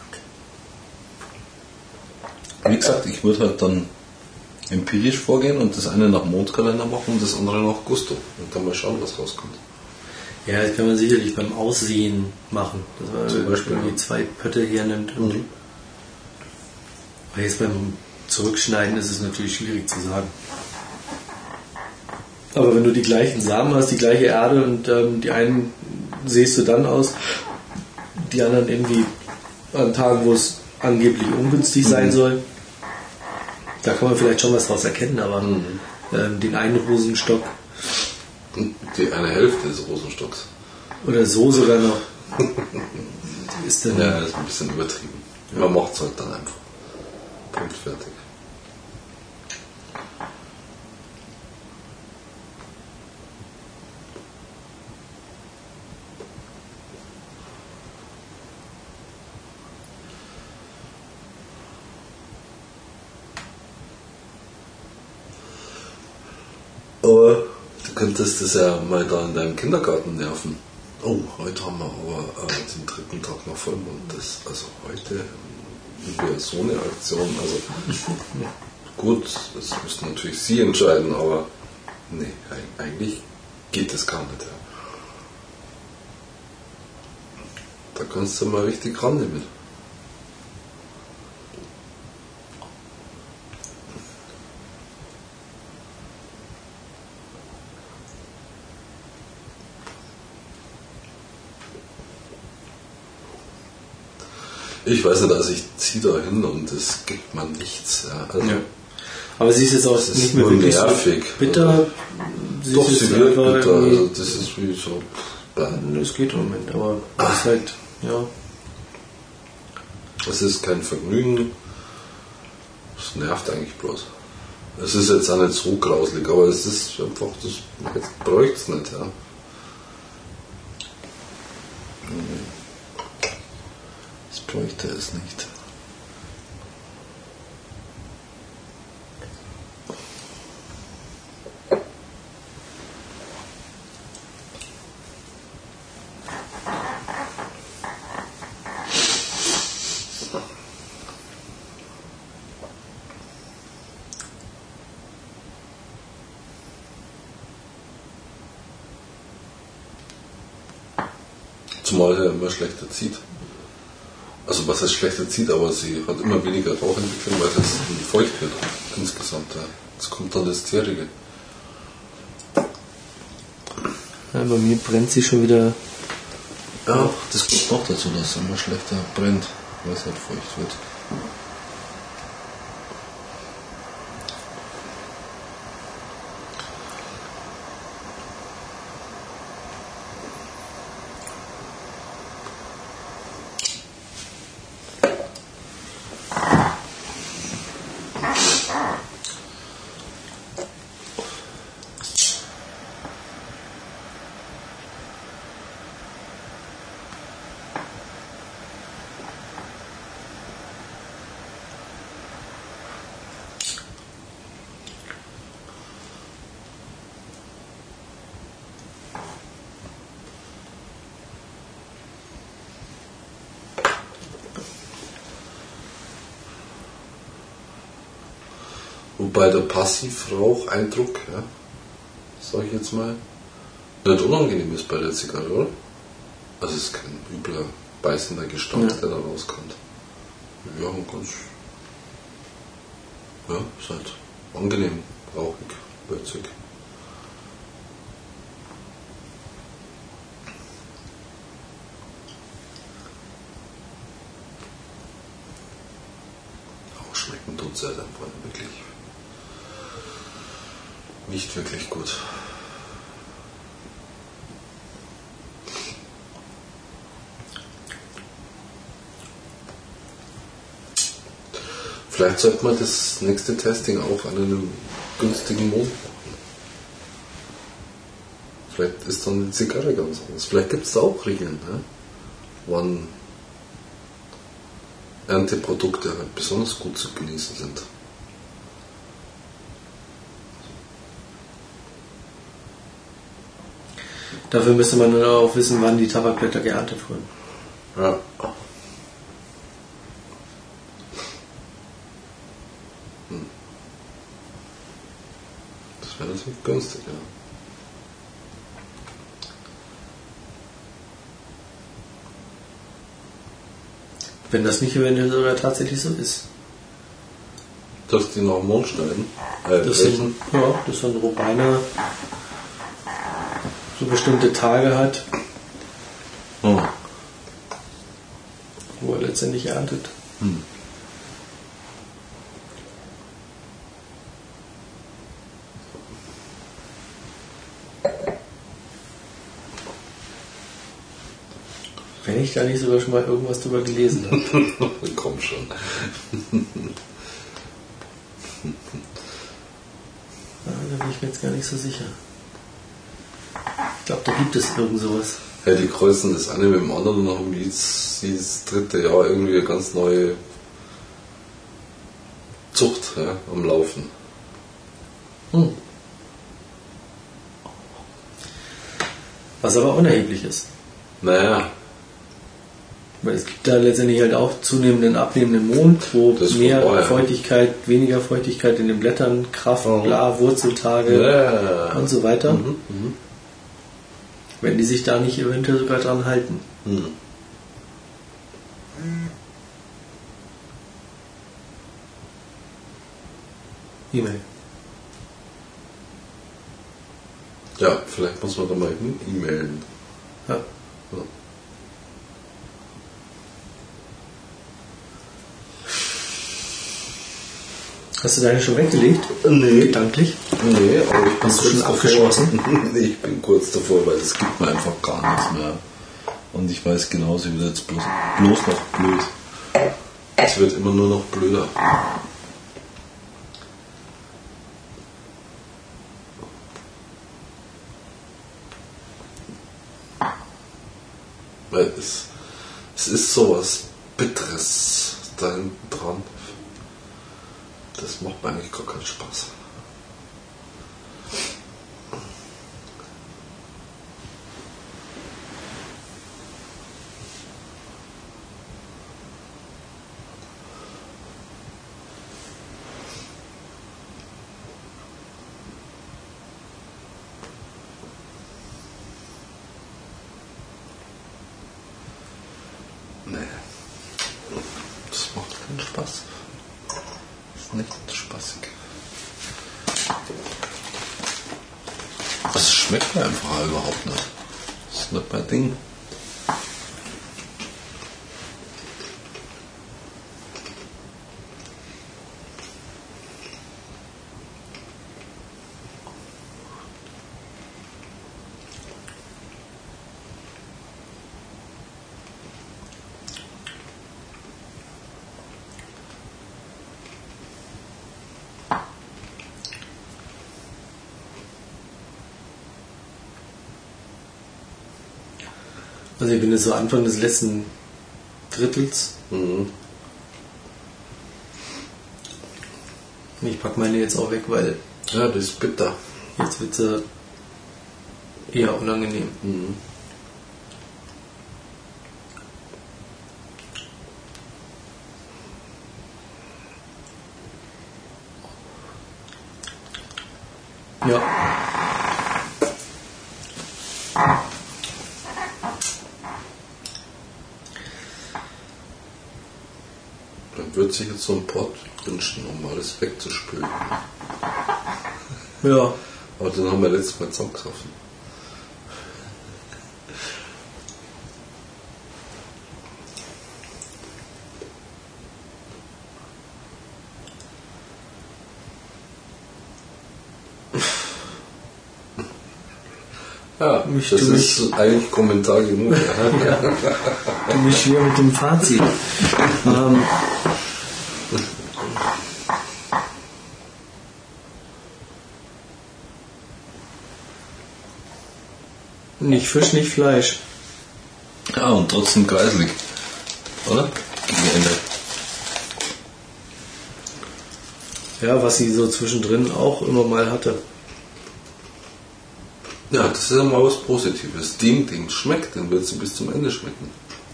Wie gesagt, ich würde halt dann empirisch vorgehen und das eine nach Mondkalender machen und das andere nach Gusto. Und dann mal schauen, was rauskommt. Ja, das kann man sicherlich beim Aussehen machen. Dass man Zum Beispiel, irgendwie 2 Pötte hernimmt. Und aber jetzt beim Zurückschneiden ist es natürlich schwierig zu sagen. Aber wenn du die gleichen Samen hast, die gleiche Erde und die einen sähst du dann aus, die anderen irgendwie an Tagen, wo es angeblich ungünstig sein soll, da kann man vielleicht schon was draus erkennen, aber den einen Rosenstock Die eine Hälfte des Rosenstocks. oder so sogar noch ist dann Ja, das ist ein bisschen übertrieben. Man macht es halt dann einfach. Punkt, fertig. Aber du könntest das ja mal da in deinem Kindergarten nerven. Oh, heute haben wir aber den 3. Tag nach Vollmond. Also heute wäre so eine Aktion. Also gut, das müssten natürlich Sie entscheiden, aber nee, eigentlich geht das gar nicht. Ja. Da kannst du mal richtig rannehmen. Ich weiß nicht, also ich ziehe da hin und es gibt mir nichts. Ja. Also, Aber sie ist jetzt auch Das ist nicht mehr nur wirklich nervig. so bitter. Doch, ist sie jetzt wird einfach bitter. irgendwie- Also das ist wie so. Es geht im Moment, aber das ist halt, ja. Es ist kein Vergnügen. Es nervt eigentlich bloß. Es ist jetzt auch nicht so grauslig, aber es ist einfach, jetzt bräuchte es nicht, ja. Es bräuchte es nicht. Zumal er immer schlechter zieht. Also was heißt schlechter zieht, aber sie hat immer weniger Rauchentwicklung, weil es feucht wird insgesamt. Ja. Jetzt kommt dann das Zährige. Ja, bei mir brennt sie schon wieder. Ja, das kommt noch dazu, dass es immer schlechter brennt, weil es halt feucht wird. Wobei der Passivraucheindruck, ja, sag ich jetzt mal, nicht unangenehm ist bei der Zigarre, oder? Also es ist kein übler, beißender Gestank, der da rauskommt. Ja, und ganz, ja, ist halt angenehm, rauchig, würzig. Auch schmecken tut es halt einfach wirklich nicht wirklich gut. Vielleicht sollte man das nächste Testing auch an einem günstigen Monat machen. Vielleicht ist dann die Zigarre ganz anders. Vielleicht gibt es da auch Regeln, ne? Wann Ernteprodukte halt besonders gut zu genießen sind. Dafür müsste man dann auch wissen, wann die Tabakblätter geerntet wurden. Ja. Das wäre natürlich günstig, ja. Wenn das nicht eventuell sogar tatsächlich so ist. Dass die noch im Mond schneiden. Das sind Robiner so bestimmte Tage hat, wo er letztendlich erntet. Wenn ich da nicht sogar schon mal irgendwas drüber gelesen habe. Komm schon. Da bin ich mir jetzt gar nicht so sicher. Ich glaube, da gibt es irgend sowas. Ja, die kreuzen das eine mit dem anderen und haben jedes dritte Jahr irgendwie eine ganz neue Zucht, ja, am Laufen. Was aber unerheblich ist. Naja, Weil es gibt da letztendlich halt auch zunehmenden, abnehmenden Mond, wo Das ist mehr vorbei, ja. Feuchtigkeit, weniger Feuchtigkeit in den Blättern, Kraft, bla, Wurzeltage ja. und so weiter. Wenn die sich da nicht eventuell sogar dran halten. E-Mail. Ja, vielleicht muss man da mal e-mailen. Ja. Ja. Hast du deine schon weggelegt? Nee. Gedanklich? Nee, aber ich bin Hast du schon kurz abgeschlossen? davor. Nee, ich bin kurz davor, weil es gibt mir einfach gar nichts mehr. Und ich weiß genauso, wie jetzt bloß noch blöd. Es wird immer nur noch blöder. Weil es ist sowas Bitteres da hinten dran. Das macht mir eigentlich gar keinen Spaß. Nee, das macht keinen Spaß. Das ist nicht spaßig. Das schmeckt mir einfach überhaupt nicht. Das ist nicht mein Ding. Also ich bin jetzt so Anfang des letzten Drittels. Mhm. Ich packe meine jetzt auch weg, weil Ja, das ist bitter. jetzt wird sie eher unangenehm. Mhm. Ja. Dann würde sich jetzt so ein Pott wünschen, um alles wegzuspülen. Ja. Aber den haben wir letztes Mal zusammengesoffen. Ja, Mich- das du ist eigentlich Kommentar genug. Ja. Du mich schwer mit dem Fazit. Nicht Fisch, nicht Fleisch. Ja, und trotzdem kreislig. Oder? Gegen Ende. Ja, was sie so zwischendrin auch immer mal hatte. Ja, das ist ja mal was Positives. Dem Ding schmeckt, dann wird es bis zum Ende schmecken.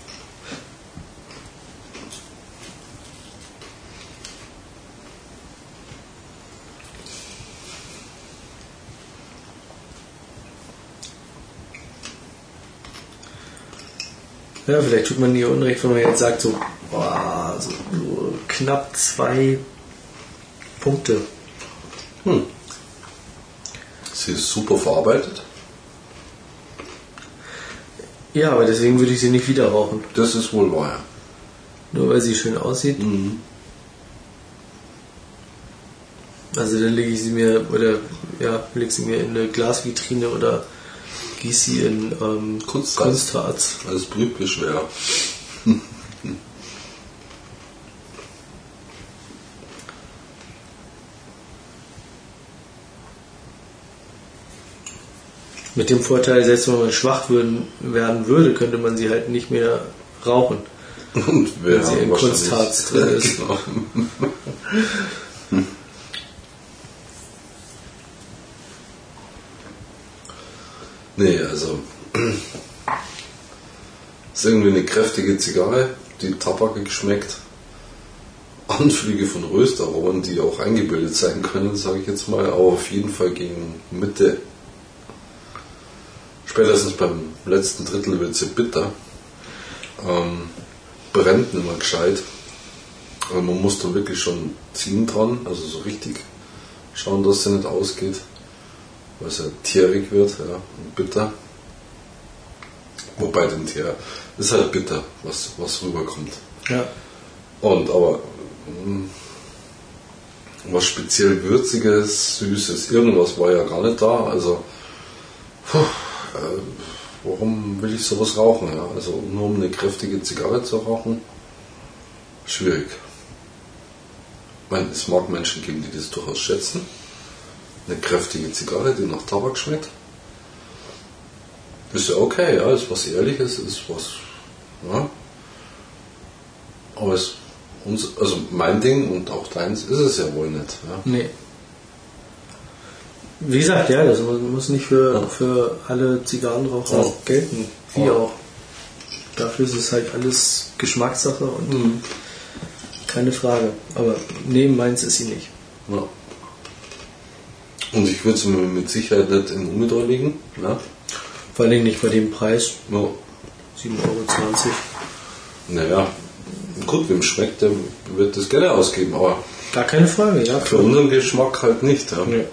Ja, vielleicht tut man ihr Unrecht, wenn man jetzt sagt, so, boah, so nur knapp 2 Punkte. Sie ist super verarbeitet. Ja, aber deswegen würde ich sie nicht wieder rauchen. Das ist wohl wahr. Nur weil sie schön aussieht. Mhm. Also dann lege ich sie mir, oder ja, lege sie mir in eine Glasvitrine oder gieße sie in Kunstharz. Als Brütbeschwer. Mit dem Vorteil, selbst wenn man schwach werden würde, könnte man sie halt nicht mehr rauchen. Und Wenn sie in Kunstharz drin ist. Genau. Nee, also ist irgendwie eine kräftige Zigarre, die tabakig schmeckt. Anflüge von Röstaromen, die auch eingebildet sein können, sage ich jetzt mal, aber auf jeden Fall gegen Mitte. Spätestens beim letzten Drittel wird sie bitter. Brennt nicht mehr gescheit. Aber man muss da wirklich schon ziehen dran, also so richtig schauen, dass sie nicht ausgeht. Weil es ja tierig wird, ja, und bitter. Wobei den Tier ist halt bitter, was rüberkommt. Ja. Und aber was speziell Würziges, Süßes, irgendwas war ja gar nicht da. Also, warum will ich sowas rauchen? Ja? Also nur um eine kräftige Zigarre zu rauchen, schwierig. Ich meine, es mag Menschen geben, die das durchaus schätzen. Eine kräftige Zigarre, die nach Tabak schmeckt. Ist ja okay, ja, ist was Ehrliches, ist was, ja. Aber also mein Ding und auch deins ist es ja wohl nicht. Ja. Nee. Wie gesagt, ja, das muss nicht für alle Zigarrenraucher gelten. Wie auch. Dafür ist es halt alles Geschmackssache und keine Frage. Aber neben meins ist sie nicht. Ja. Und ich würde es mir mit Sicherheit nicht in Humidor legen. Ja. Vor allem nicht bei dem Preis. Ja. 7,20 Euro. Naja, gut, wem schmeckt, der wird das gerne ausgeben, aber gar keine Frage, ja. Für unseren Geschmack halt nicht. Ja. Nee.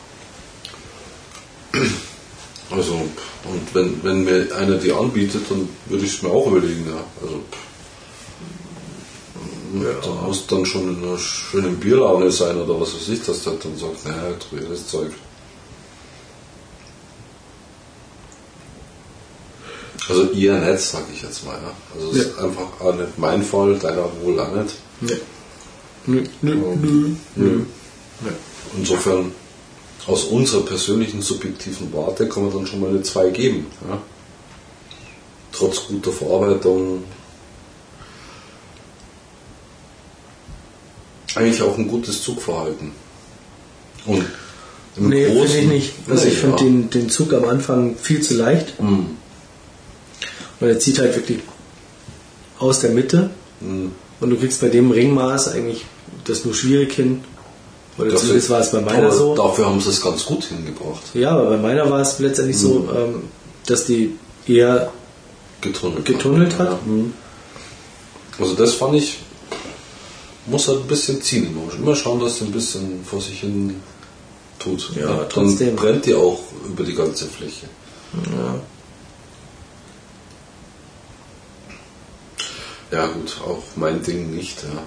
Also, und wenn mir einer die anbietet, dann würde ich es mir auch überlegen. Ja. Also, da muss dann schon in einer schönen Bierlaune sein oder was weiß ich, dass der dann sagt, naja, das Zeug. Also eher nicht, sag ich jetzt mal. Ja. Also es ist einfach auch nicht mein Fall, deiner wohl auch nicht. Nö. Insofern, aus unserer persönlichen subjektiven Warte kann man dann schon mal eine 2 geben. Ja. Trotz guter Verarbeitung. Eigentlich auch ein gutes Zugverhalten. Und nee, finde ich nicht. Also ich finde den Zug am Anfang viel zu leicht. Weil er zieht halt wirklich aus der Mitte. Und du kriegst bei dem Ringmaß eigentlich das nur schwierig hin. Oder zumindest war es bei meiner so. Dafür haben sie es ganz gut hingebracht. Ja, aber bei meiner war es letztendlich so, dass die eher getunnelt hat. Ja. Also das fand ich, muss halt ein bisschen ziehen. Man muss immer schauen, dass sie ein bisschen vor sich hin tut. Ja, trotzdem. Dann brennt die auch über die ganze Fläche. Ja. Ja gut, auch mein Ding nicht. Ja.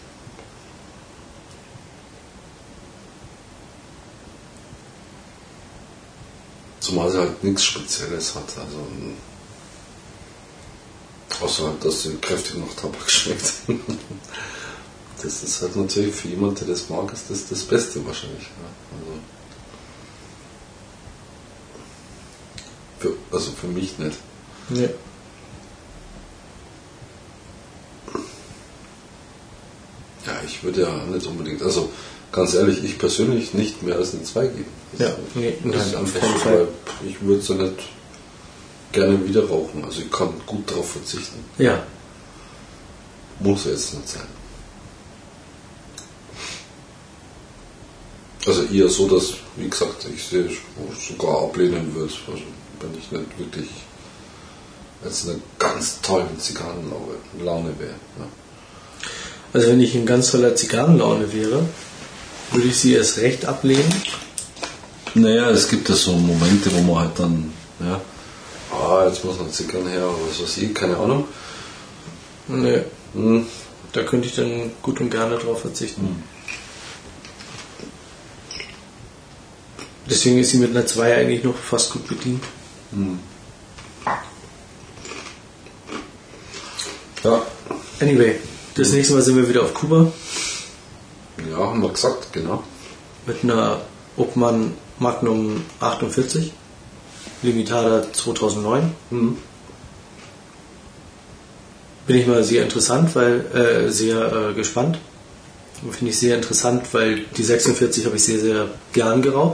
Zumal sie halt nichts Spezielles hat. Also, außer halt, dass sie kräftig nach Tabak schmeckt. Das ist halt natürlich für jemanden, der das mag, ist das das Beste wahrscheinlich. Ja. Also für mich nicht. Nee. Ja, ich würde ja nicht unbedingt, also ganz ehrlich, ich persönlich nicht mehr als eine 2 geben. Das das ist einfach so, weil ich würde sie nicht gerne wieder rauchen. Also ich kann gut darauf verzichten. Ja. Muss jetzt nicht sein. Also eher so, dass, wie gesagt, ich sie sogar ablehnen würde. Also wenn ich nicht wirklich jetzt eine ganz tollen Zigarrenlaune wäre. Ja. Also wenn ich in ganz toller Zigarrenlaune wäre, würde ich sie erst recht ablehnen. Naja, es gibt ja so Momente, wo man halt dann, ja, jetzt muss noch Zigarren her, oder was weiß ich, keine Ahnung. Nee. Da könnte ich dann gut und gerne drauf verzichten. Deswegen ist sie mit einer 2 eigentlich noch fast gut bedient. Ja. Anyway, das nächste Mal sind wir wieder auf Kuba. Ja, haben wir gesagt, genau. Mit einer Obmann Magnum 48, Limitada 2009. Bin ich mal sehr interessant, sehr gespannt. Finde ich sehr interessant, weil die 46 habe ich sehr, sehr gern geraucht.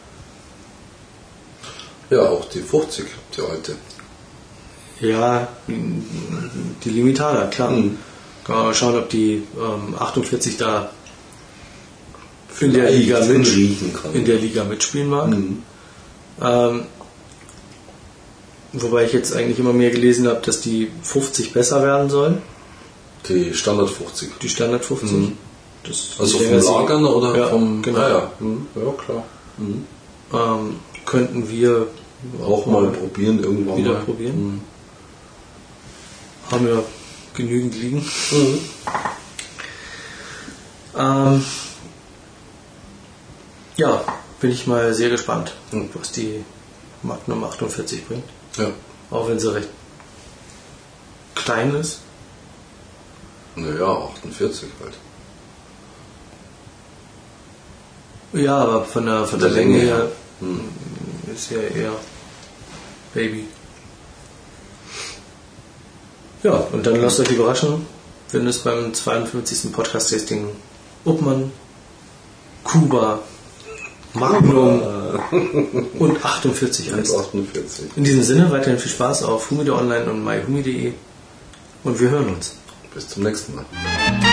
Ja, auch die 50, die alte. Ja, die Limitada, klar. Kann man mal schauen, ob die 48 da in der Liga mitspielen mag. Wobei ich jetzt eigentlich immer mehr gelesen habe, dass die 50 besser werden soll. Die Standard 50. Die Standard 50. Also vom Lagern oder vom... Genau. Ja, klar. Könnten wir auch mal probieren, irgendwann wieder mal. Probieren. Haben wir genügend liegen. Ja, bin ich mal sehr gespannt, was die Magnum 48 bringt. Ja. Auch wenn sie recht klein ist. Naja, 48 halt. Ja, aber von der Länge her ist ja eher Baby. Ja, und dann lasst euch überraschen, wenn es beim 52. Podcast-Tasting Uppmann, Kuba, Magnum und 48 heißt. 48. In diesem Sinne weiterhin viel Spaß auf Humide Online und myhumide.de und wir hören uns. Bis zum nächsten Mal.